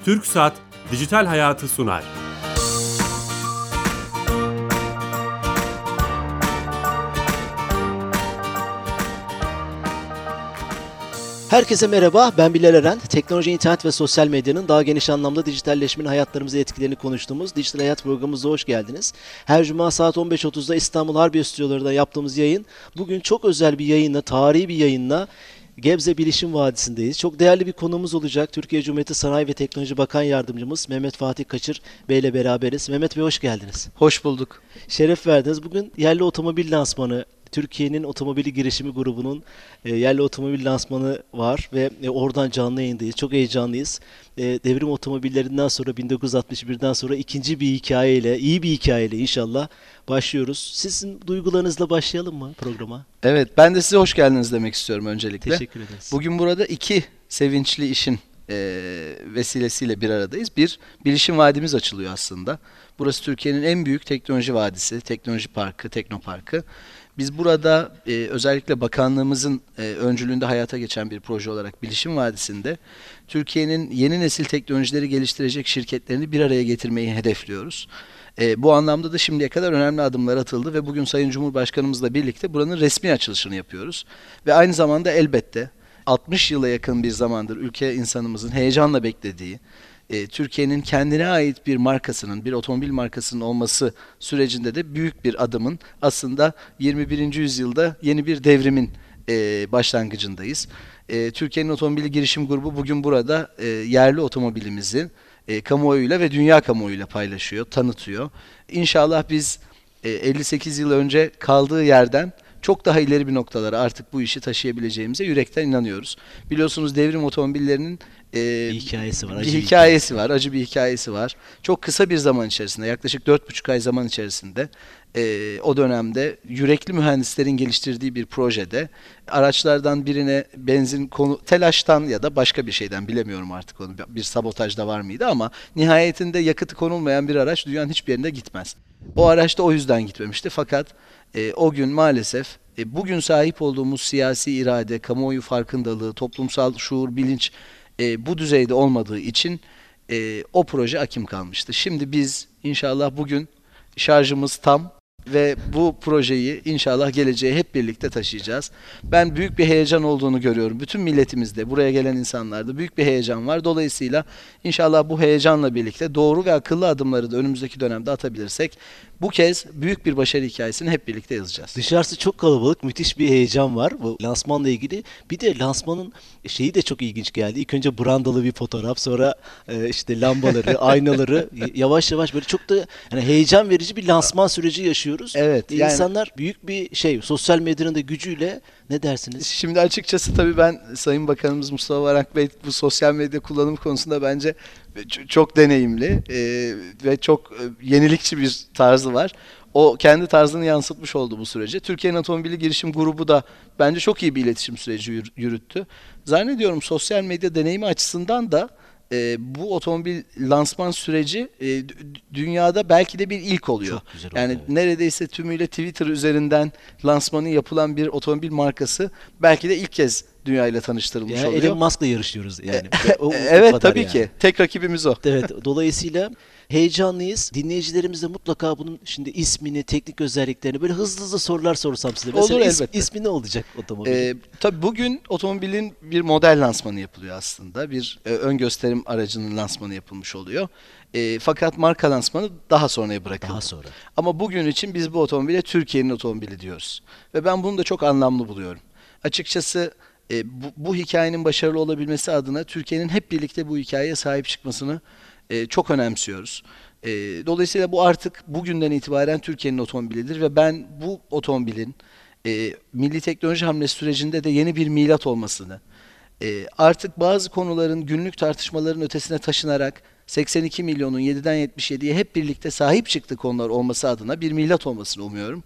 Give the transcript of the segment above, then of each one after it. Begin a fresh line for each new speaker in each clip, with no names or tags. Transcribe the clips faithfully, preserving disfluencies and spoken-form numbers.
TürkSat Dijital Hayatı sunar.
Herkese merhaba, ben Bilal Eren. Teknoloji, internet ve sosyal medyanın daha geniş anlamda dijitalleşmenin hayatlarımıza etkilerini konuştuğumuz Dijital Hayat programımıza hoş geldiniz. Her cuma saat on beş otuzda İstanbul Harbiye Stüdyoları'nda yaptığımız yayın, bugün çok özel bir yayınla, tarihi bir yayınla Gebze Bilişim Vadisi'ndeyiz. Çok değerli bir konuğumuz olacak. Türkiye Cumhuriyeti Sanayi ve Teknoloji Bakan Yardımcımız Mehmet Fatih Kaçır Bey ile beraberiz. Mehmet Bey hoş geldiniz.
Hoş bulduk.
Şeref verdiniz. Bugün yerli otomobil lansmanı, Türkiye'nin Otomobili Girişimi Grubu'nun e, yerli otomobil lansmanı var ve e, oradan canlı yayındayız. Çok heyecanlıyız. E, devrim otomobillerinden sonra bin dokuz yüz altmış birden sonra ikinci bir hikayeyle, iyi bir hikayeyle inşallah başlıyoruz. Sizin duygularınızla başlayalım mı programa?
Evet, ben de size hoş geldiniz demek istiyorum öncelikle.
Teşekkür ederiz.
Bugün burada iki sevinçli işin e, vesilesiyle bir aradayız. Bir, Bilişim Vadimiz açılıyor aslında. Burası Türkiye'nin en büyük teknoloji vadisi, teknoloji parkı, teknoparkı. Biz burada e, özellikle bakanlığımızın e, öncülüğünde hayata geçen bir proje olarak Bilişim Vadisi'nde Türkiye'nin yeni nesil teknolojileri geliştirecek şirketlerini bir araya getirmeyi hedefliyoruz. E, bu anlamda da şimdiye kadar önemli adımlar atıldı ve bugün Sayın Cumhurbaşkanımızla birlikte buranın resmi açılışını yapıyoruz. Ve aynı zamanda elbette altmış yıla yakın bir zamandır ülke insanımızın heyecanla beklediği, E, Türkiye'nin kendine ait bir markasının, bir otomobil markasının olması sürecinde de büyük bir adımın, aslında yirmi birinci yüzyılda yeni bir devrimin e, başlangıcındayız. E, Türkiye'nin Otomobili Girişim Grubu bugün burada e, yerli otomobilimizi e, kamuoyuyla ve dünya kamuoyuyla paylaşıyor, tanıtıyor. İnşallah biz e, elli sekiz yıl önce kaldığı yerden çok daha ileri bir noktalara artık bu işi taşıyabileceğimize yürekten inanıyoruz. Biliyorsunuz devrim otomobillerinin e,
bir hikayesi var.
Bir
acı
hikayesi bir var, acı bir hikayesi var. Çok kısa bir zaman içerisinde, yaklaşık dört buçuk ay zaman içerisinde e, o dönemde yürekli mühendislerin geliştirdiği bir projede araçlardan birine benzin konu telaştan ya da başka bir şeyden bilemiyorum artık onu, bir sabotaj da var mıydı ama nihayetinde yakıtı konulmayan bir araç dünyanın hiçbir yerine gitmez. O araç da o yüzden gitmemişti fakat e, o gün maalesef e, bugün sahip olduğumuz siyasi irade, kamuoyu farkındalığı, toplumsal şuur, bilinç e, bu düzeyde olmadığı için e, o proje akim kalmıştı. Şimdi biz inşallah bugün şarjımız tam ve bu projeyi inşallah geleceğe hep birlikte taşıyacağız. Ben büyük bir heyecan olduğunu görüyorum. Bütün milletimizde, buraya gelen insanlarda büyük bir heyecan var. Dolayısıyla inşallah bu heyecanla birlikte doğru ve akıllı adımları da önümüzdeki dönemde atabilirsek bu kez büyük bir başarı hikayesini hep birlikte yazacağız.
Dışarısı çok kalabalık, müthiş bir heyecan var bu lansmanla ilgili. Bir de lansmanın şeyi de çok ilginç geldi. İlk önce brandalı bir fotoğraf, sonra e, işte lambaları, aynaları yavaş yavaş böyle çok da yani heyecan verici bir lansman süreci yaşıyoruz.
Evet.
E,
Yani
İnsanlar büyük bir şey, sosyal medyanın da gücüyle ne dersiniz?
Şimdi açıkçası tabii ben Sayın Bakanımız Mustafa Varank Bey bu sosyal medya kullanımı konusunda bence çok deneyimli e, ve çok yenilikçi bir tarzı var. O kendi tarzını yansıtmış oldu bu sürece. Türkiye'nin Otomobili Girişim Grubu da bence çok iyi bir iletişim süreci yürüttü. Zannediyorum sosyal medya deneyimi açısından da e, bu otomobil lansman süreci e, dünyada belki de bir ilk oluyor.
Çok güzel oldu,
yani
evet.
Neredeyse tümüyle Twitter üzerinden lansmanı yapılan bir otomobil markası belki de ilk kez dünyayla tanıştırılmış
Yani
oluyor.
Elon Musk'la yarışıyoruz yani. O, o
Evet tabii
yani.
ki. Tek rakibimiz o.
Evet, dolayısıyla heyecanlıyız. Dinleyicilerimiz de mutlaka bunun şimdi ismini, teknik özelliklerini böyle hızlı hızlı sorular sorsam size. Mesela
Olur,
is,
elbette.
ismi ne olacak otomobilin?
Ee, tabii bugün otomobilin bir model lansmanı yapılıyor aslında. Bir e, ön gösterim aracının lansmanı yapılmış oluyor. E, fakat marka lansmanı daha sonraya bırakıldı.
Daha sonra.
Ama bugün için biz bu otomobile Türkiye'nin otomobili diyoruz. Ve ben bunu da çok anlamlı buluyorum. Açıkçası e, bu, bu hikayenin başarılı olabilmesi adına Türkiye'nin hep birlikte bu hikayeye sahip çıkmasını e, çok önemsiyoruz. E, dolayısıyla bu artık bugünden itibaren Türkiye'nin otomobilidir ve ben bu otomobilin e, milli teknoloji hamlesi sürecinde de yeni bir milat olmasını, e, artık bazı konuların günlük tartışmaların ötesine taşınarak seksen iki milyonun yediden yetmiş yediye hep birlikte sahip çıktığı konular olması adına bir milat olmasını umuyorum.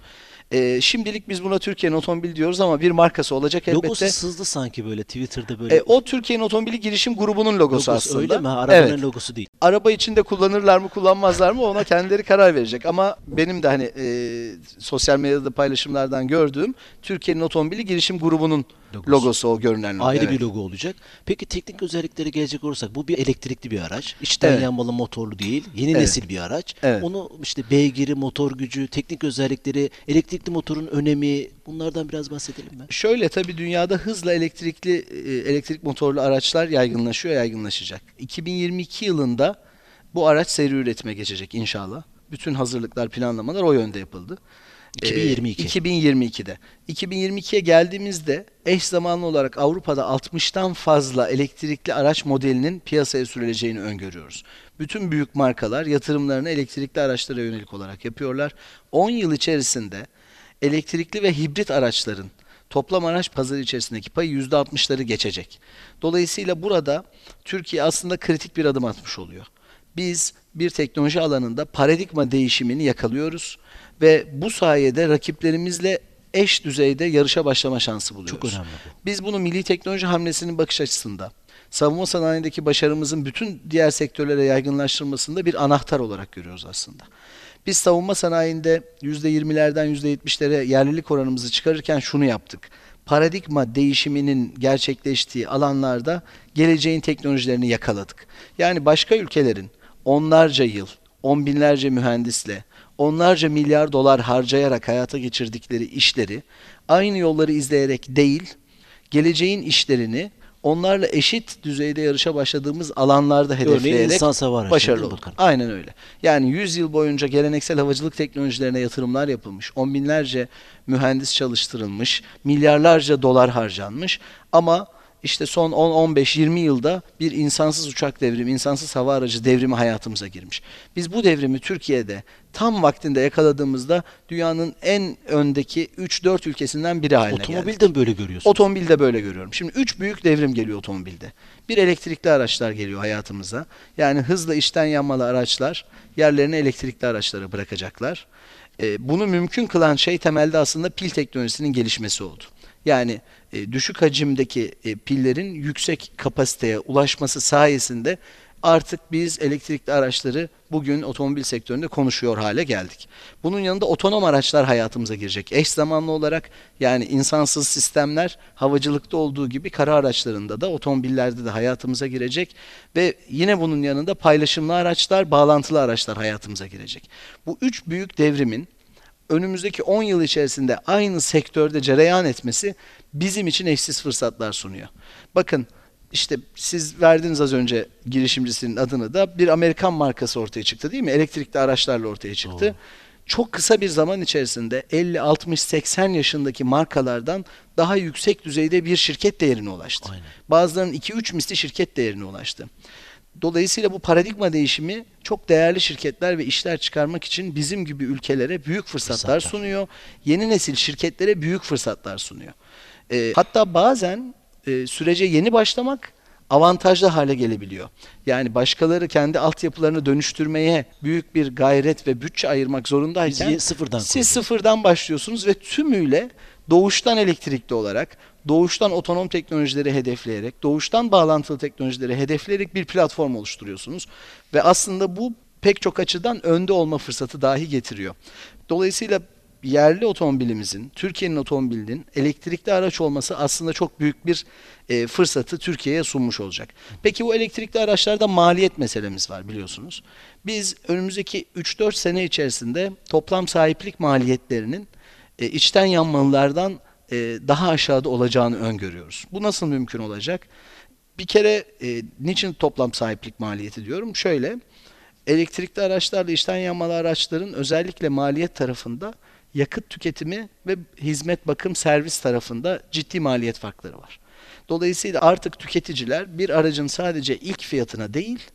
E, şimdilik biz buna Türkiye'nin otomobil diyoruz ama bir markası olacak elbette.
Logosu sızdı sanki böyle Twitter'da böyle.
E, o Türkiye'nin Otomobili Girişim Grubu'nun logosu,
Logosu
aslında.
öyle mi? Ha, arabanın
Evet.
logosu değil.
Araba içinde kullanırlar mı kullanmazlar mı ona kendileri karar verecek. Ama benim de hani e, sosyal medyada paylaşımlardan gördüğüm Türkiye'nin Otomobili Girişim Grubu'nun
Logosu.
logosu o görünen logo.
Ayrı
Evet.
bir logo olacak. Peki teknik özelliklere gelecek olursak bu bir elektrikli bir araç. İçten
Evet.
yanmalı motorlu değil. Yeni
Evet.
nesil bir araç.
Evet.
Onu işte beygiri, motor gücü, teknik özellikleri, elektrikli motorun önemi bunlardan biraz bahsedelim mi?
Şöyle tabii dünyada hızla elektrikli e, elektrik motorlu araçlar yaygınlaşıyor, yaygınlaşacak. iki bin yirmi iki yılında bu araç seri üretime geçecek inşallah. Bütün hazırlıklar, planlamalar o yönde yapıldı.
iki bin yirmi iki.
Ee, iki bin yirmi ikide. iki bin yirmi ikiye geldiğimizde eş zamanlı olarak Avrupa'da altmıştan fazla elektrikli araç modelinin piyasaya sürüleceğini öngörüyoruz. Bütün büyük markalar yatırımlarını elektrikli araçlara yönelik olarak yapıyorlar. on yıl içerisinde elektrikli ve hibrit araçların toplam araç pazarı içerisindeki payı yüzde altmışları geçecek. Dolayısıyla burada Türkiye aslında kritik bir adım atmış oluyor. Biz bir teknoloji alanında paradigma değişimini yakalıyoruz ve bu sayede rakiplerimizle eş düzeyde yarışa başlama şansı buluyoruz.
Çok önemli bu.
Biz bunu milli teknoloji hamlesinin bakış açısında, savunma sanayindeki başarımızın bütün diğer sektörlere yaygınlaştırılmasında bir anahtar olarak görüyoruz aslında. Biz savunma sanayinde yüzde yirmilerden yüzde yetmişlere yerlilik oranımızı çıkarırken şunu yaptık. Paradigma değişiminin gerçekleştiği alanlarda geleceğin teknolojilerini yakaladık. Yani başka ülkelerin onlarca yıl, on binlerce mühendisle, onlarca milyar dolar harcayarak hayata geçirdikleri işleri aynı yolları izleyerek değil, geleceğin işlerini onlarla eşit düzeyde yarışa başladığımız alanlarda
Örneğin
hedefleyerek
insansız hava araçları,
başarılı
değil mi
olduk.
bakalım?
Aynen öyle. Yani yüz yıl boyunca geleneksel havacılık teknolojilerine yatırımlar yapılmış, on binlerce mühendis çalıştırılmış, milyarlarca dolar harcanmış ama işte son on on beş yirmi yılda bir insansız uçak devrimi, insansız hava aracı devrimi hayatımıza girmiş. Biz bu devrimi Türkiye'de tam vaktinde yakaladığımızda dünyanın en öndeki üç dört ülkesinden biri haline geldik.
Otomobilde mi böyle görüyorsun?
Otomobilde böyle görüyorum. Şimdi üç büyük devrim geliyor otomobilde. Bir, elektrikli araçlar geliyor hayatımıza. Yani hızla içten yanmalı araçlar yerlerini elektrikli araçlara bırakacaklar. Ee, bunu mümkün kılan şey temelde aslında pil teknolojisinin gelişmesi oldu. Yani e, düşük hacimdeki e, pillerin yüksek kapasiteye ulaşması sayesinde artık biz elektrikli araçları bugün otomobil sektöründe konuşuyor hale geldik. Bunun yanında otonom araçlar hayatımıza girecek. Eş zamanlı olarak yani insansız sistemler havacılıkta olduğu gibi kara araçlarında da otomobillerde de hayatımıza girecek ve yine bunun yanında paylaşımlı araçlar, bağlantılı araçlar hayatımıza girecek. Bu üç büyük devrimin önümüzdeki on yıl içerisinde aynı sektörde cereyan etmesi bizim için eşsiz fırsatlar sunuyor. Bakın işte siz verdiniz az önce girişimcisinin adını da, bir Amerikan markası ortaya çıktı değil mi? Elektrikli araçlarla ortaya çıktı.
Doğru.
Çok kısa bir zaman içerisinde elli altmış seksen yaşındaki markalardan daha yüksek düzeyde bir şirket değerine ulaştı.
Aynen.
Bazılarının iki üç misli şirket değerine ulaştı. Dolayısıyla bu paradigma değişimi çok değerli şirketler ve işler çıkarmak için bizim gibi ülkelere büyük fırsatlar,
Fırsatlar.
sunuyor. Yeni nesil şirketlere büyük fırsatlar sunuyor. Ee, hatta bazen e, sürece yeni başlamak avantajlı hale gelebiliyor. Yani başkaları kendi altyapılarını dönüştürmeye büyük bir gayret ve bütçe ayırmak zorundayken
Biz sıfırdan
siz
kuruyoruz.
sıfırdan başlıyorsunuz ve tümüyle doğuştan elektrikli olarak, doğuştan otonom teknolojileri hedefleyerek, doğuştan bağlantılı teknolojileri hedefleyerek bir platform oluşturuyorsunuz. Ve aslında bu pek çok açıdan önde olma fırsatı dahi getiriyor. Dolayısıyla yerli otomobilimizin, Türkiye'nin otomobilinin elektrikli araç olması aslında çok büyük bir e, fırsatı Türkiye'ye sunmuş olacak. Peki bu elektrikli araçlarda maliyet meselemiz var biliyorsunuz. Biz önümüzdeki üç dört sene içerisinde toplam sahiplik maliyetlerinin e, içten yanmalılardan e, daha aşağıda olacağını öngörüyoruz. Bu nasıl mümkün olacak? Bir kere e, niçin toplam sahiplik maliyeti diyorum? Şöyle, elektrikli araçlarla içten yanmalı araçların özellikle maliyet tarafında yakıt tüketimi ve hizmet, bakım, servis tarafında ciddi maliyet farkları var. Dolayısıyla artık tüketiciler bir aracın sadece ilk fiyatına değil,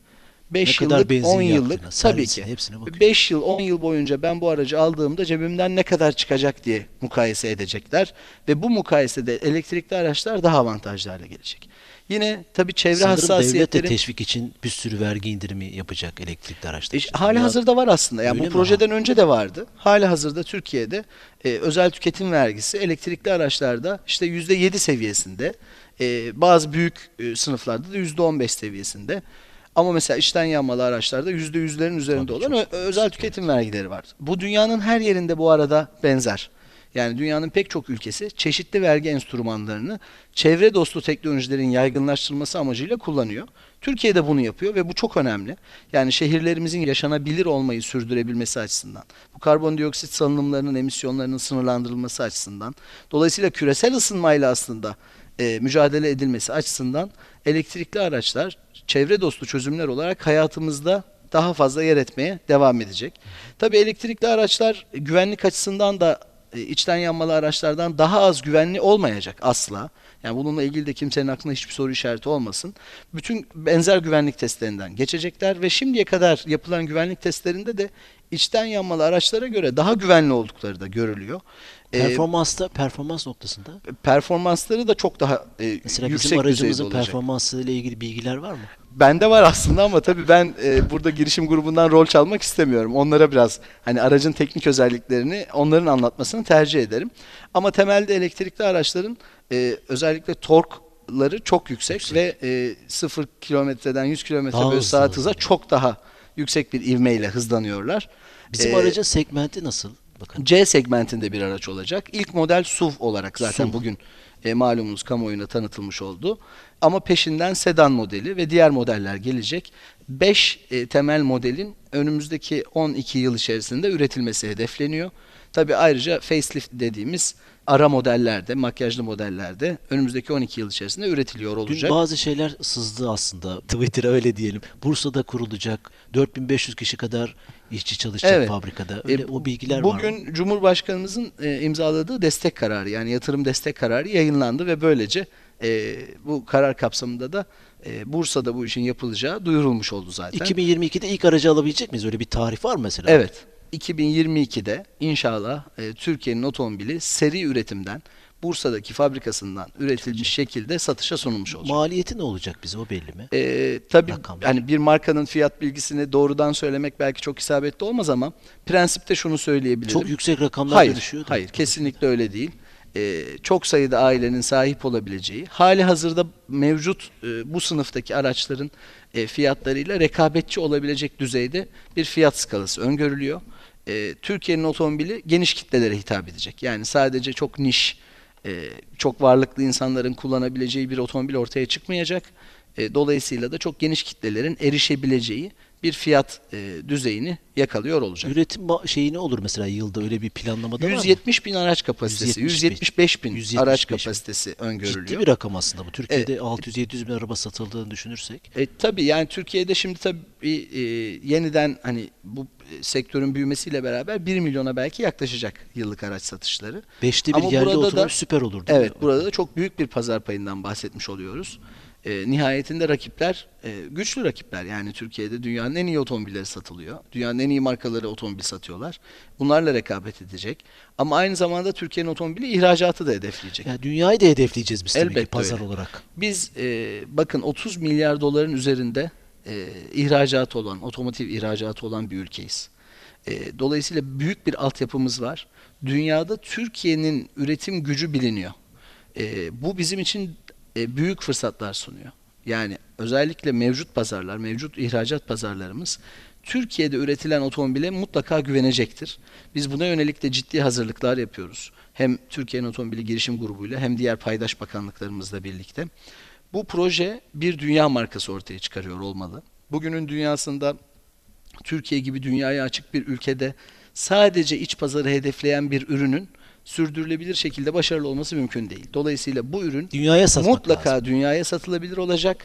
beş
kadar
yıllık,
benzin
on yıllık
yaktığına,
tabii
servisine,
ki.
hepsine bakıyor.
beş yıl, on yıl boyunca ben bu aracı aldığımda cebimden ne kadar çıkacak diye mukayese edecekler ve bu mukayesede elektrikli araçlar daha avantajlı hale gelecek. Yine tabii çevre
Sanırım devlet de
hassasiyetleri
teşvik için bir sürü vergi indirimi yapacak elektrikli araçlar
E,
için.
hali
Ya-
hazırda var aslında. Yani
Öyle
bu
mi?
projeden önce de vardı. Hali hazırda Türkiye'de e, özel tüketim vergisi elektrikli araçlarda işte yüzde yedi seviyesinde, e, bazı büyük e, sınıflarda da yüzde on beş seviyesinde. Ama mesela içten yanmalı araçlarda yüzde yüzlerin üzerinde
Tabii,
olan
çok
ö- özel
yüksek,
tüketim vergileri var. Bu dünyanın her yerinde bu arada benzer. Yani dünyanın pek çok ülkesi çeşitli vergi enstrümanlarını çevre dostu teknolojilerin yaygınlaştırılması amacıyla kullanıyor. Türkiye de bunu yapıyor ve bu çok önemli. Yani şehirlerimizin yaşanabilir olmayı sürdürebilmesi açısından, bu karbondioksit salınımlarının emisyonlarının sınırlandırılması açısından, dolayısıyla küresel ısınmayla aslında e, mücadele edilmesi açısından elektrikli araçlar çevre dostu çözümler olarak hayatımızda daha fazla yer etmeye devam edecek. Tabii elektrikli araçlar e, güvenlik açısından da e, içten yanmalı araçlardan daha az güvenli olmayacak asla. Yani bununla ilgili de kimsenin aklına hiçbir soru işareti olmasın. Bütün benzer güvenlik testlerinden geçecekler ve şimdiye kadar yapılan güvenlik testlerinde de içten yanmalı araçlara göre daha güvenli oldukları da görülüyor. Ee,
Performansta, performans noktasında
performansları da çok daha e,
mesela
yüksek
bizim
düzeyde
aracımızın
olacak.
performansı ile ilgili bilgiler var mı?
Bende var aslında ama tabii ben e, burada girişim grubundan rol çalmak istemiyorum. Onlara biraz hani aracın teknik özelliklerini onların anlatmasını tercih ederim. Ama temelde elektrikli araçların e, özellikle torkları çok yüksek,
Yüksek.
ve e, sıfır kilometreden yüz kilometre
Daha
bölü
hızlı
saat hıza
hızlı.
çok daha yüksek bir ivmeyle hızlanıyorlar.
Bizim
Ee,
aracın segmenti nasıl? Bakın.
C segmentinde bir araç olacak. İlk model S U V olarak zaten
S U V.
bugün e, malumunuz kamuoyuna tanıtılmış oldu. Ama peşinden sedan modeli ve diğer modeller gelecek. beş e, temel modelin önümüzdeki on iki yıl içerisinde üretilmesi hedefleniyor. Tabii ayrıca facelift dediğimiz ara modellerde, makyajlı modellerde önümüzdeki on iki yıl içerisinde üretiliyor
Dün
olacak.
bazı şeyler sızdı aslında. Twitter'a öyle diyelim. Bursa'da kurulacak. dört bin beş yüz kişi kadar işçi çalışacak
Evet.
fabrikada. Öyle
E,
o bilgiler var mı?
Bugün Cumhurbaşkanımızın e, imzaladığı destek kararı, yani yatırım destek kararı yayınlandı ve böylece e, bu karar kapsamında da e, Bursa'da bu işin yapılacağı duyurulmuş oldu zaten.
iki bin yirmi ikide ilk aracı alabilecek miyiz? Öyle bir tarih var mı mesela?
Evet. iki bin yirmi ikide inşallah e, Türkiye'nin otomobili seri üretimden Bursa'daki fabrikasından üretilmiş şekilde satışa sunulmuş olacak.
Maliyeti ne olacak bize, o belli mi?
Ee, tabii
Rakamlar.
hani bir markanın fiyat bilgisini doğrudan söylemek belki çok isabetli olmaz ama prensipte şunu söyleyebilirim.
Çok yüksek rakamlar
Hayır,
görüşüyor da.
hayır kesinlikle öyle değil. Ee, çok sayıda ailenin sahip olabileceği, hali hazırda mevcut e, bu sınıftaki araçların e, fiyatlarıyla rekabetçi olabilecek düzeyde bir fiyat skalası öngörülüyor. E, Türkiye'nin otomobili geniş kitlelere hitap edecek. Yani sadece çok niş, e, çok varlıklı insanların kullanabileceği bir otomobil ortaya çıkmayacak. E, dolayısıyla da çok geniş kitlelerin erişebileceği bir fiyat e, düzeyini yakalıyor olacak.
Üretim ba- şeyi ne olur mesela yılda, öyle bir planlamada var mı?
yüz yetmiş bin araç kapasitesi,
yüz
yüz
yetmiş
yetmiş beş bin
yüz yetmiş
araç
beş bin.
kapasitesi öngörülüyor.
Ciddi bir rakam aslında bu. Türkiye'de altı yüz yedi yüz bin araba satıldığını düşünürsek.
E, tabii yani Türkiye'de şimdi tabii e, yeniden hani bu e, sektörün büyümesiyle beraber bir milyona belki yaklaşacak yıllık araç satışları.
Beşte bir
Ama
yerli
burada
otomobil
da-
süper olur değil
Evet,
mi?
burada da çok büyük bir pazar payından bahsetmiş oluyoruz. E, nihayetinde rakipler e, güçlü rakipler. Yani Türkiye'de dünyanın en iyi otomobilleri satılıyor. Dünyanın en iyi markaları otomobil satıyorlar. Bunlarla rekabet edecek. Ama aynı zamanda Türkiye'nin otomobili ihracatı da hedefleyecek.
Yani dünyayı da hedefleyeceğiz biz tabii ki
Elbette
pazar
öyle.
olarak.
Biz e, bakın otuz milyar doların üzerinde e, ihracatı olan, otomotiv ihracatı olan bir ülkeyiz. E, dolayısıyla büyük bir altyapımız var. Dünyada Türkiye'nin üretim gücü biliniyor. E, bu bizim için e, büyük fırsatlar sunuyor. Yani özellikle mevcut pazarlar, mevcut ihracat pazarlarımız Türkiye'de üretilen otomobile mutlaka güvenecektir. Biz buna yönelik de ciddi hazırlıklar yapıyoruz. Hem Türkiye'nin Otomobili Girişim Grubu'yla hem diğer paydaş bakanlıklarımızla birlikte. Bu proje bir dünya markası ortaya çıkarıyor olmalı. Bugünün dünyasında Türkiye gibi dünyaya açık bir ülkede sadece iç pazarı hedefleyen bir ürünün sürdürülebilir şekilde başarılı olması mümkün değil. Dolayısıyla bu ürün
Dünyaya satmak
mutlaka
lazım.
dünyaya satılabilir olacak.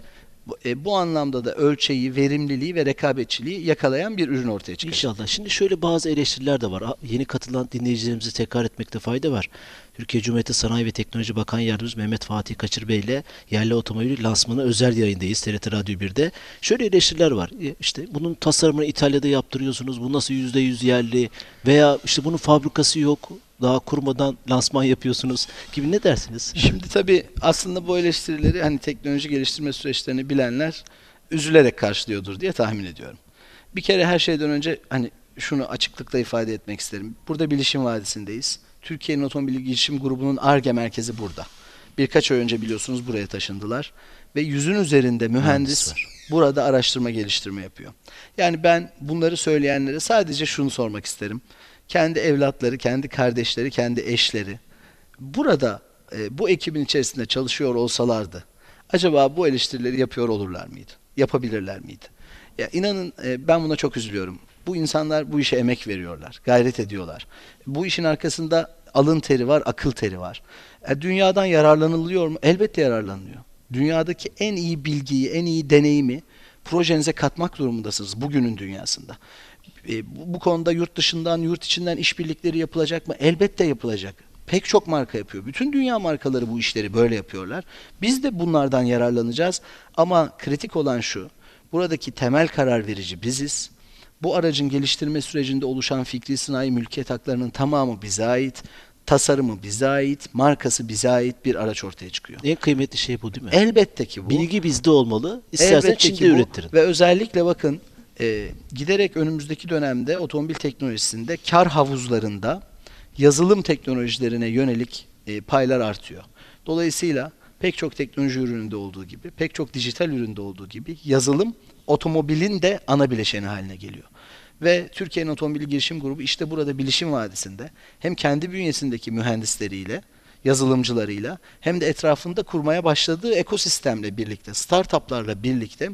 Bu, e, bu anlamda da ölçeği, verimliliği ve rekabetçiliği yakalayan bir ürün ortaya çıkacak.
İnşallah. Şimdi şöyle bazı eleştiriler de var. A- Yeni katılan dinleyicilerimizi tekrar etmekte fayda var. Türkiye Cumhuriyeti Sanayi ve Teknoloji Bakan Yardımcısı Mehmet Fatih Kaçır Bey ile yerli otomobil lansmanı özel yayındayız T R T Radyo birde. Şöyle eleştiriler var. E, İşte bunun tasarımını İtalya'da yaptırıyorsunuz. Bu nasıl yüzde yüz yerli veya işte bunun fabrikası yok. Daha kurmadan lansman yapıyorsunuz gibi, ne dersiniz?
Şimdi tabii aslında bu eleştirileri hani teknoloji geliştirme süreçlerini bilenler üzülerek karşılıyordur diye tahmin ediyorum. Bir kere her şeyden önce hani şunu açıklıkla ifade etmek isterim. Burada Bilişim Vadisi'ndeyiz. Türkiye'nin Otomobil Girişim Grubu'nun Ar-Ge merkezi burada. Birkaç ay önce biliyorsunuz buraya taşındılar. Ve yüzün üzerinde mühendis
Mühendis var.
burada araştırma geliştirme yapıyor. Yani ben bunları söyleyenlere sadece şunu sormak isterim. Kendi evlatları, kendi kardeşleri, kendi eşleri burada e, bu ekibin içerisinde çalışıyor olsalardı acaba bu eleştirileri yapıyor olurlar mıydı? Yapabilirler miydi? Ya inanın e, ben buna çok üzülüyorum. Bu insanlar bu işe emek veriyorlar, gayret ediyorlar. Bu işin arkasında alın teri var, akıl teri var. E, dünyadan yararlanılıyor mu? Elbette yararlanılıyor. Dünyadaki en iyi bilgiyi, en iyi deneyimi projenize katmak durumundasınız bugünün dünyasında. E, bu, bu konuda yurt dışından, yurt içinden işbirlikleri yapılacak mı? Elbette yapılacak. Pek çok marka yapıyor. Bütün dünya markaları bu işleri böyle yapıyorlar. Biz de bunlardan yararlanacağız. Ama kritik olan şu, buradaki temel karar verici biziz. Bu aracın geliştirme sürecinde oluşan fikri sanayi mülkiyet haklarının tamamı bize ait. Tasarımı bize ait, markası bize ait bir araç ortaya çıkıyor.
En kıymetli şey bu değil mi?
Elbette ki bu.
Bilgi bizde olmalı. İstersen
Elbette
Çin'de
ki bu.
ürettirin.
Ve özellikle bakın e, giderek önümüzdeki dönemde otomobil teknolojisinde kar havuzlarında yazılım teknolojilerine yönelik e, paylar artıyor. Dolayısıyla pek çok teknoloji ürününde olduğu gibi, pek çok dijital üründe olduğu gibi yazılım otomobilin de ana bileşeni haline geliyor. Ve Türkiye'nin Otomobil Girişim Grubu işte burada Bilişim Vadisi'nde hem kendi bünyesindeki mühendisleriyle, yazılımcılarıyla hem de etrafında kurmaya başladığı ekosistemle birlikte, startuplarla birlikte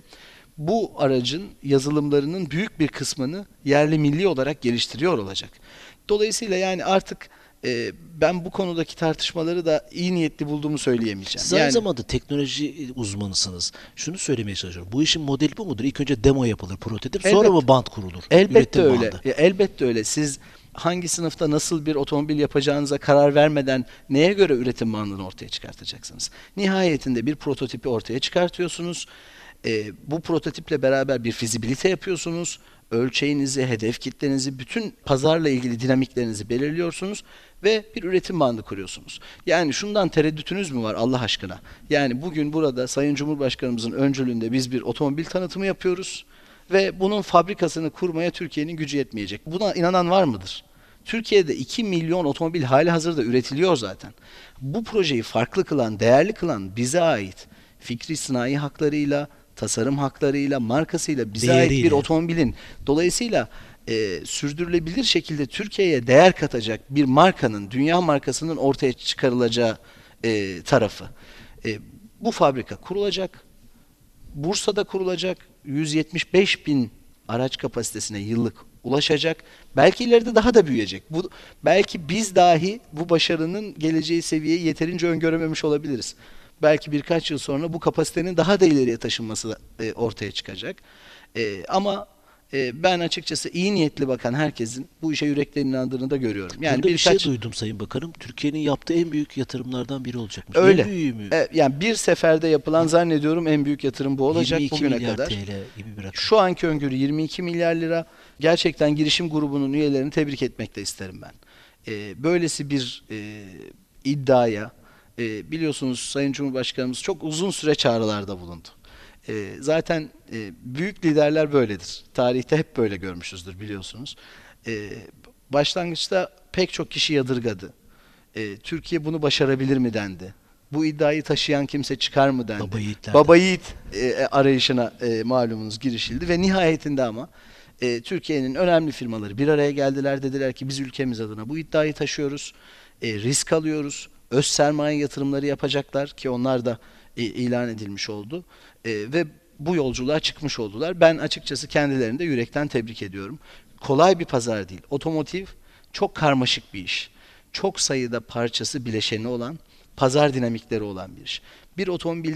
bu aracın yazılımlarının büyük bir kısmını yerli milli olarak geliştiriyor olacak. Dolayısıyla yani artık e, ben bu konudaki tartışmaları da iyi niyetli bulduğumu söyleyemeyeceğim.
Siz aynı
Yani-
zamanda teknoloji uzmanısınız. Şunu söylemeye çalışıyorum. Bu işin modeli bu mudur? İlk önce demo yapılır, prototip, sonra
Elbette.
mı band kurulur?
Elbette
Üretim
öyle.
bandı.
E, Elbette öyle. Siz hangi sınıfta nasıl bir otomobil yapacağınıza karar vermeden neye göre üretim bandını ortaya çıkartacaksınız? Nihayetinde bir prototipi ortaya çıkartıyorsunuz. E, bu prototiple beraber bir fizibilite yapıyorsunuz. Ölçeğinizi, hedef kitlenizi, bütün pazarla ilgili dinamiklerinizi belirliyorsunuz ve bir üretim bandı kuruyorsunuz. Yani şundan tereddütünüz mü var Allah aşkına? Yani bugün burada Sayın Cumhurbaşkanımızın öncülüğünde biz bir otomobil tanıtımı yapıyoruz ve bunun fabrikasını kurmaya Türkiye'nin gücü yetmeyecek. Buna inanan var mıdır? Türkiye'de iki milyon otomobil hali hazırda üretiliyor zaten. Bu projeyi farklı kılan, değerli kılan bize ait fikri sanayi haklarıyla, tasarım haklarıyla, markasıyla bize ait bir
Değeriyle.
otomobilin dolayısıyla e, sürdürülebilir şekilde Türkiye'ye değer katacak bir markanın, dünya markasının ortaya çıkarılacağı e, tarafı. E, bu fabrika kurulacak. Bursa'da kurulacak. yüz yetmiş beş bin araç kapasitesine yıllık ulaşacak. Belki ileride daha da büyüyecek. Bu belki biz dahi bu başarının geleceği seviyeyi yeterince öngörememiş olabiliriz. Belki birkaç yıl sonra bu kapasitenin daha da ileriye taşınması e, ortaya çıkacak. E, ama e, ben açıkçası iyi niyetli bakan herkesin bu işe yürekten inandığını da görüyorum. Yani
Burada bir şey
birkaç
duydum Sayın Bakanım. Türkiye'nin yaptığı en büyük yatırımlardan biri olacakmış.
öyle.
En büyüğü mü?
E, yani bir seferde yapılan zannediyorum en büyük yatırım bu olacak
yirmi iki
bugüne
milyar
kadar.
T L gibi bir rakam.
Şu anki öngörü yirmi iki milyar lira. Gerçekten girişim grubunun üyelerini tebrik etmek de isterim ben. Ee, böylesi bir e, iddiaya e, biliyorsunuz Sayın Cumhurbaşkanımız çok uzun süre çağrılarda bulundu. E, zaten e, büyük liderler böyledir. Tarihte hep böyle görmüşüzdür biliyorsunuz. E, başlangıçta pek çok kişi yadırgadı. E, Türkiye bunu başarabilir mi dendi. Bu iddiayı taşıyan kimse çıkar mı dendi.
Baba yiğitler.
Baba yiğit e, arayışına e, malumunuz girişildi ve nihayetinde ama e, Türkiye'nin önemli firmaları bir araya geldiler, dediler ki biz ülkemiz adına bu iddiayı taşıyoruz, e, risk alıyoruz, öz sermaye yatırımları yapacaklar ki onlar da e, ilan edilmiş oldu e, ve bu yolculuğa çıkmış oldular. Ben açıkçası kendilerini de yürekten tebrik ediyorum. Kolay bir pazar değil. Otomotiv çok karmaşık bir iş. Çok sayıda parçası, bileşeni olan, pazar dinamikleri olan bir iş. Bir otomobilde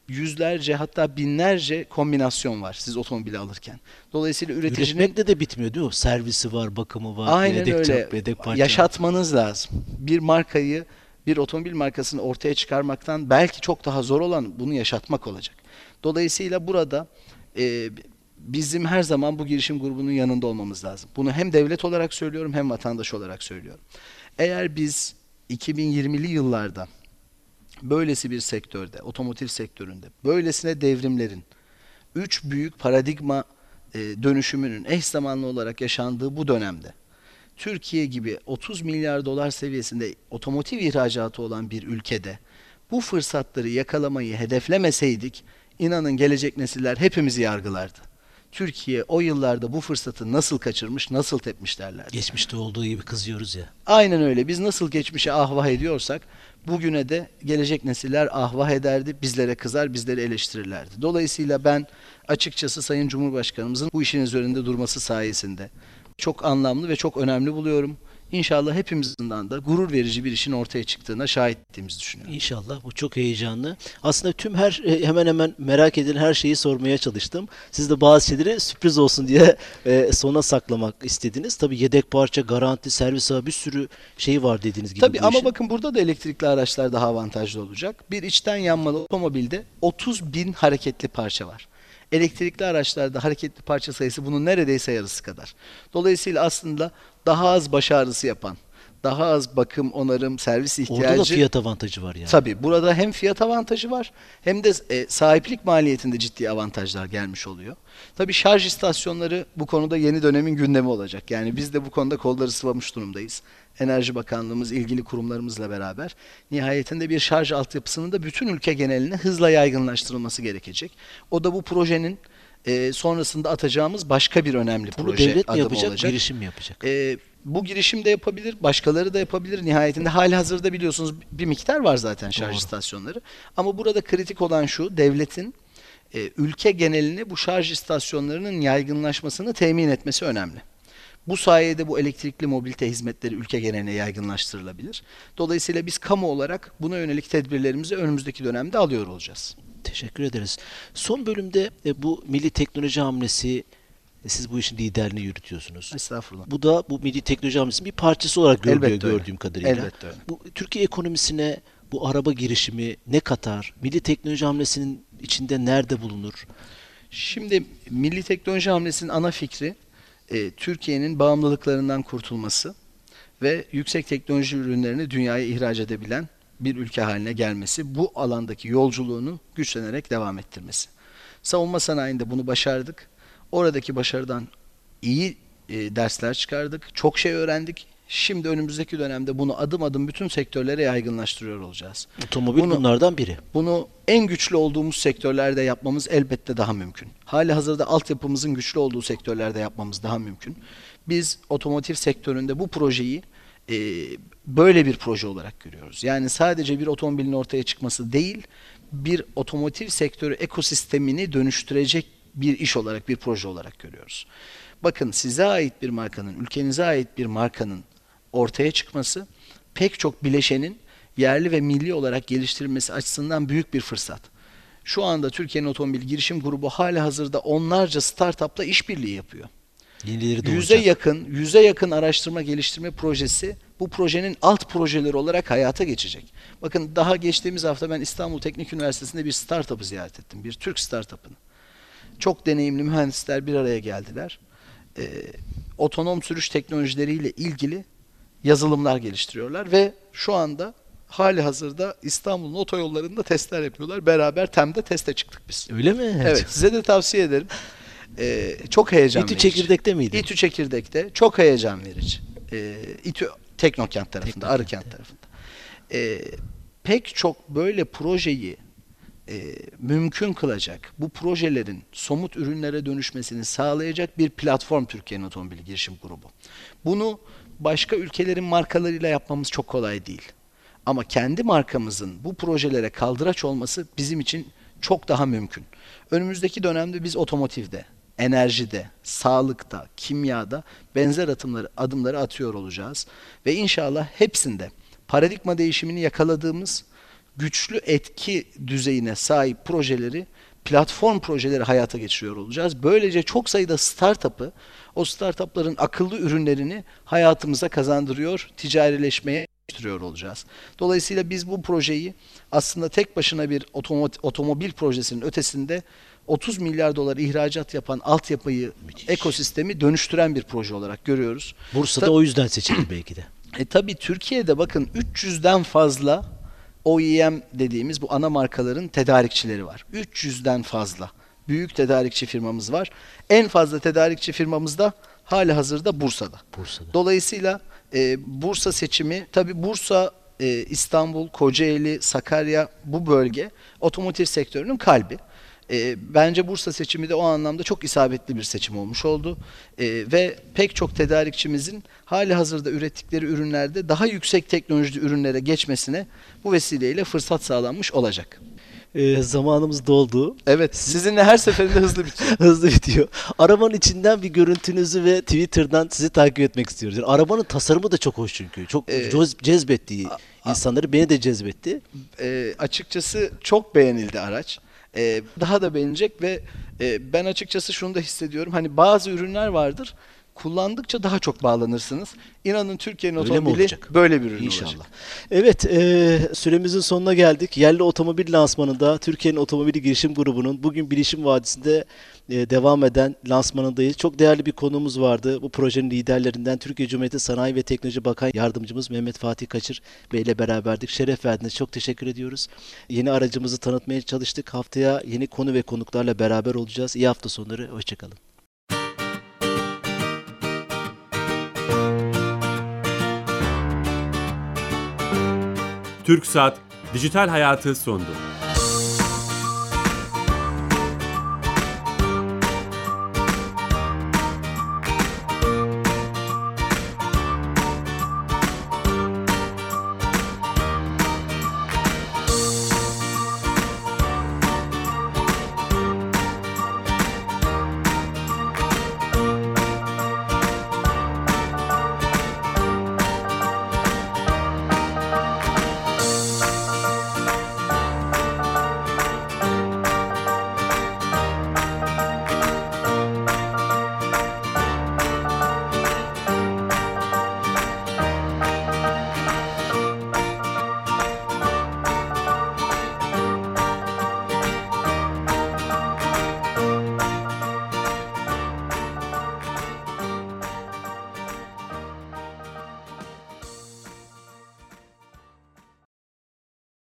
yüzlerce hatta binlerce kombinasyon var siz otomobili alırken. Dolayısıyla üreticinin
Üretmekle de bitmiyor değil mi? Servisi var, bakımı var,
aynen
yedek
öyle
çap, yedek parça.
yaşatmanız lazım. Bir markayı, bir otomobil markasını ortaya çıkarmaktan belki çok daha zor olan bunu yaşatmak olacak. Dolayısıyla burada e, bizim her zaman bu girişim grubunun yanında olmamız lazım. Bunu hem devlet olarak söylüyorum hem vatandaş olarak söylüyorum. Eğer biz iki bin yirmili yıllarda böylesi bir sektörde, otomotiv sektöründe, böylesine devrimlerin, üç büyük paradigma e, dönüşümünün eş zamanlı olarak yaşandığı bu dönemde, Türkiye gibi otuz milyar dolar seviyesinde otomotiv ihracatı olan bir ülkede bu fırsatları yakalamayı hedeflemeseydik, inanın gelecek nesiller hepimizi yargılardı. Türkiye o yıllarda bu fırsatı nasıl kaçırmış, nasıl tepmiş derlerdi.
Geçmişte olduğu gibi kızıyoruz ya.
Aynen öyle. Biz nasıl geçmişe ahvah ediyorsak, bugüne de gelecek nesiller ahvah ederdi, bizlere kızar, bizleri eleştirirlerdi. Dolayısıyla ben açıkçası Sayın Cumhurbaşkanımızın bu işin üzerinde durması sayesinde çok anlamlı ve çok önemli buluyorum. İnşallah hepimizden de gurur verici bir işin ortaya çıktığına şahit ettiğimizi düşünüyorum.
İnşallah. Bu çok heyecanlı. Aslında tüm her hemen hemen merak edilen her şeyi sormaya çalıştım. Siz de bazı şeyleri sürpriz olsun diye e, sona saklamak istediniz. Tabii yedek parça, garanti, servis ağı bir sürü şey var dediğiniz gibi.
Tabii
bu
ama
işin.
bakın burada da elektrikli araçlar daha avantajlı olacak. Bir içten yanmalı otomobilde otuz bin hareketli parça var. Elektrikli araçlarda hareketli parça sayısı bunun neredeyse yarısı kadar. Dolayısıyla aslında daha az baş ağrısı yapan, daha az bakım, onarım, servis ihtiyacı.
Orada da fiyat avantajı var yani.
Tabii burada hem fiyat avantajı var hem de e, sahiplik maliyetinde ciddi avantajlar gelmiş oluyor. Tabii şarj istasyonları bu konuda yeni dönemin gündemi olacak. Yani biz de bu konuda kolları sıvamış durumdayız. Enerji Bakanlığımız, ilgili kurumlarımızla beraber nihayetinde bir şarj altyapısının da bütün ülke geneline hızla yaygınlaştırılması gerekecek. O da bu projenin e, sonrasında atacağımız başka bir önemli
Bunu
proje
devlet mi
adımı
yapacak,
olacak.
girişim mi yapacak?
E, bu girişim de yapabilir, başkaları da yapabilir. Nihayetinde hali hazırda biliyorsunuz bir miktar var zaten şarj
Doğru.
istasyonları. Ama burada kritik olan şu, devletin e, ülke genelini bu şarj istasyonlarının yaygınlaşmasını temin etmesi önemli. Bu sayede bu elektrikli mobilite hizmetleri ülke geneline yaygınlaştırılabilir. Dolayısıyla biz kamu olarak buna yönelik tedbirlerimizi önümüzdeki dönemde alıyor olacağız.
Teşekkür ederiz. Son bölümde e, bu milli teknoloji hamlesi, e, siz bu işin liderliğini yürütüyorsunuz.
Estağfurullah.
Bu da bu milli teknoloji hamlesinin bir parçası olarak görülüyor
Elbette öyle.
gördüğüm kadarıyla.
Elbette öyle.
Bu Türkiye ekonomisine bu araba girişimi ne katar? Milli teknoloji hamlesinin içinde nerede bulunur?
Şimdi milli teknoloji hamlesinin ana fikri e, Türkiye'nin bağımlılıklarından kurtulması ve yüksek teknoloji ürünlerini dünyaya ihraç edebilen bir ülke haline gelmesi, bu alandaki yolculuğunu güçlenerek devam ettirmesi. Savunma sanayinde bunu başardık. Oradaki başarıdan iyi e, dersler çıkardık. Çok şey öğrendik. Şimdi önümüzdeki dönemde bunu adım adım bütün sektörlere yaygınlaştırıyor olacağız.
Otomobil
Bunu-
bunlardan biri.
Bunu en güçlü olduğumuz sektörlerde yapmamız elbette daha mümkün. Hali hazırda altyapımızın güçlü olduğu sektörlerde yapmamız daha mümkün. Biz otomotiv sektöründe bu projeyi e, böyle bir proje olarak görüyoruz. Yani sadece bir otomobilin ortaya çıkması değil, bir otomotiv sektörü ekosistemini dönüştürecek bir iş olarak, bir proje olarak görüyoruz. Bakın, size ait bir markanın, ülkenize ait bir markanın ortaya çıkması pek çok bileşenin yerli ve milli olarak geliştirilmesi açısından büyük bir fırsat. Şu anda Türkiye'nin otomobil girişim grubu halihazırda onlarca startupla işbirliği yapıyor.
Yenileri
Yüze
doğacak.
yakın, yüze yakın araştırma geliştirme projesi bu projenin alt projeleri olarak hayata geçecek. Bakın, daha geçtiğimiz hafta ben İstanbul Teknik Üniversitesi'nde bir startup'ı ziyaret ettim. Bir Türk startup'ını. Çok deneyimli mühendisler bir araya geldiler. Ee, otonom sürüş teknolojileriyle ilgili yazılımlar geliştiriyorlar ve şu anda hali hazırda İstanbul'un otoyollarında testler yapıyorlar. Beraber TEM'de teste çıktık biz.
Öyle mi?
Evet, size de tavsiye ederim. Ee, çok heyecan
İTÜ
verici.
Çekirdek'te miydi?
İTÜ Çekirdek'te çok heyecan verici. Ee, İTÜ Teknokent tarafında,
Teknokent,
Arıkent tarafında. Ee, pek çok böyle projeyi e, mümkün kılacak, bu projelerin somut ürünlere dönüşmesini sağlayacak bir platform Türkiye'nin Otomobil Girişim Grubu. Bunu başka ülkelerin markalarıyla yapmamız çok kolay değil. Ama kendi markamızın bu projelere kaldıraç olması bizim için çok daha mümkün. Önümüzdeki dönemde biz otomotivde, enerjide, sağlıkta, kimyada benzer adımları, adımları atıyor olacağız. Ve inşallah hepsinde paradigma değişimini yakaladığımız, güçlü etki düzeyine sahip projeleri, platform projeleri hayata geçiriyor olacağız. Böylece çok sayıda startup'ı, o startup'ların akıllı ürünlerini hayatımıza kazandırıyor, ticarileşmeye getiriyor olacağız. Dolayısıyla biz bu projeyi aslında tek başına bir otomo- otomobil projesinin ötesinde otuz milyar dolar ihracat yapan altyapıyı,
Müthiş.
ekosistemi dönüştüren bir proje olarak görüyoruz.
Bursa'da
Ta-
o yüzden seçildi belki de.
E tabii Türkiye'de bakın üç yüzden fazla O E M dediğimiz bu ana markaların tedarikçileri var. üç yüzden fazla büyük tedarikçi firmamız var. En fazla tedarikçi firmamız da hali hazırda Bursa'da.
Bursa'da.
Dolayısıyla e, Bursa seçimi, tabii Bursa, e, İstanbul, Kocaeli, Sakarya, bu bölge otomotiv sektörünün kalbi. E, bence Bursa seçimi de o anlamda çok isabetli bir seçim olmuş oldu. E, ve pek çok tedarikçimizin hali hazırda ürettikleri ürünlerde daha yüksek teknolojili ürünlere geçmesine bu vesileyle fırsat sağlanmış olacak.
Ee, zamanımız doldu.
Evet, sizinle her seferinde hızlı bitiyor.
Hızlı bitiyor. Arabanın içinden bir görüntünüzü ve Twitter'dan sizi takip etmek istiyoruz. Yani arabanın tasarımı da çok hoş çünkü. Çok
Ee,
cez- cezbetti
a-
insanları. Beni de cezbetti.
E, açıkçası çok beğenildi araç. E, daha da beğenilecek ve e, ben açıkçası şunu da hissediyorum. Hani bazı ürünler vardır. Kullandıkça daha çok bağlanırsınız. İnanın Türkiye'nin
Öyle mi
otomobili
olacak?
böyle bir ürün
İnşallah.
olacak.
Evet, e, süremizin sonuna geldik. Yerli otomobil lansmanında Türkiye'nin Otomobili Girişim Grubu'nun bugün Bilişim Vadisi'nde e, devam eden lansmanındayız. Çok değerli bir konuğumuz vardı. Bu projenin liderlerinden Türkiye Cumhuriyeti Sanayi ve Teknoloji Bakan Yardımcımız Mehmet Fatih Kaçır Bey ile beraberdik. Şeref verdiniz. Çok teşekkür ediyoruz. Yeni aracımızı tanıtmaya çalıştık. Haftaya yeni konu ve konuklarla beraber olacağız. İyi hafta sonları. Hoşçakalın.
TürkSat Dijital Hayatı sundu.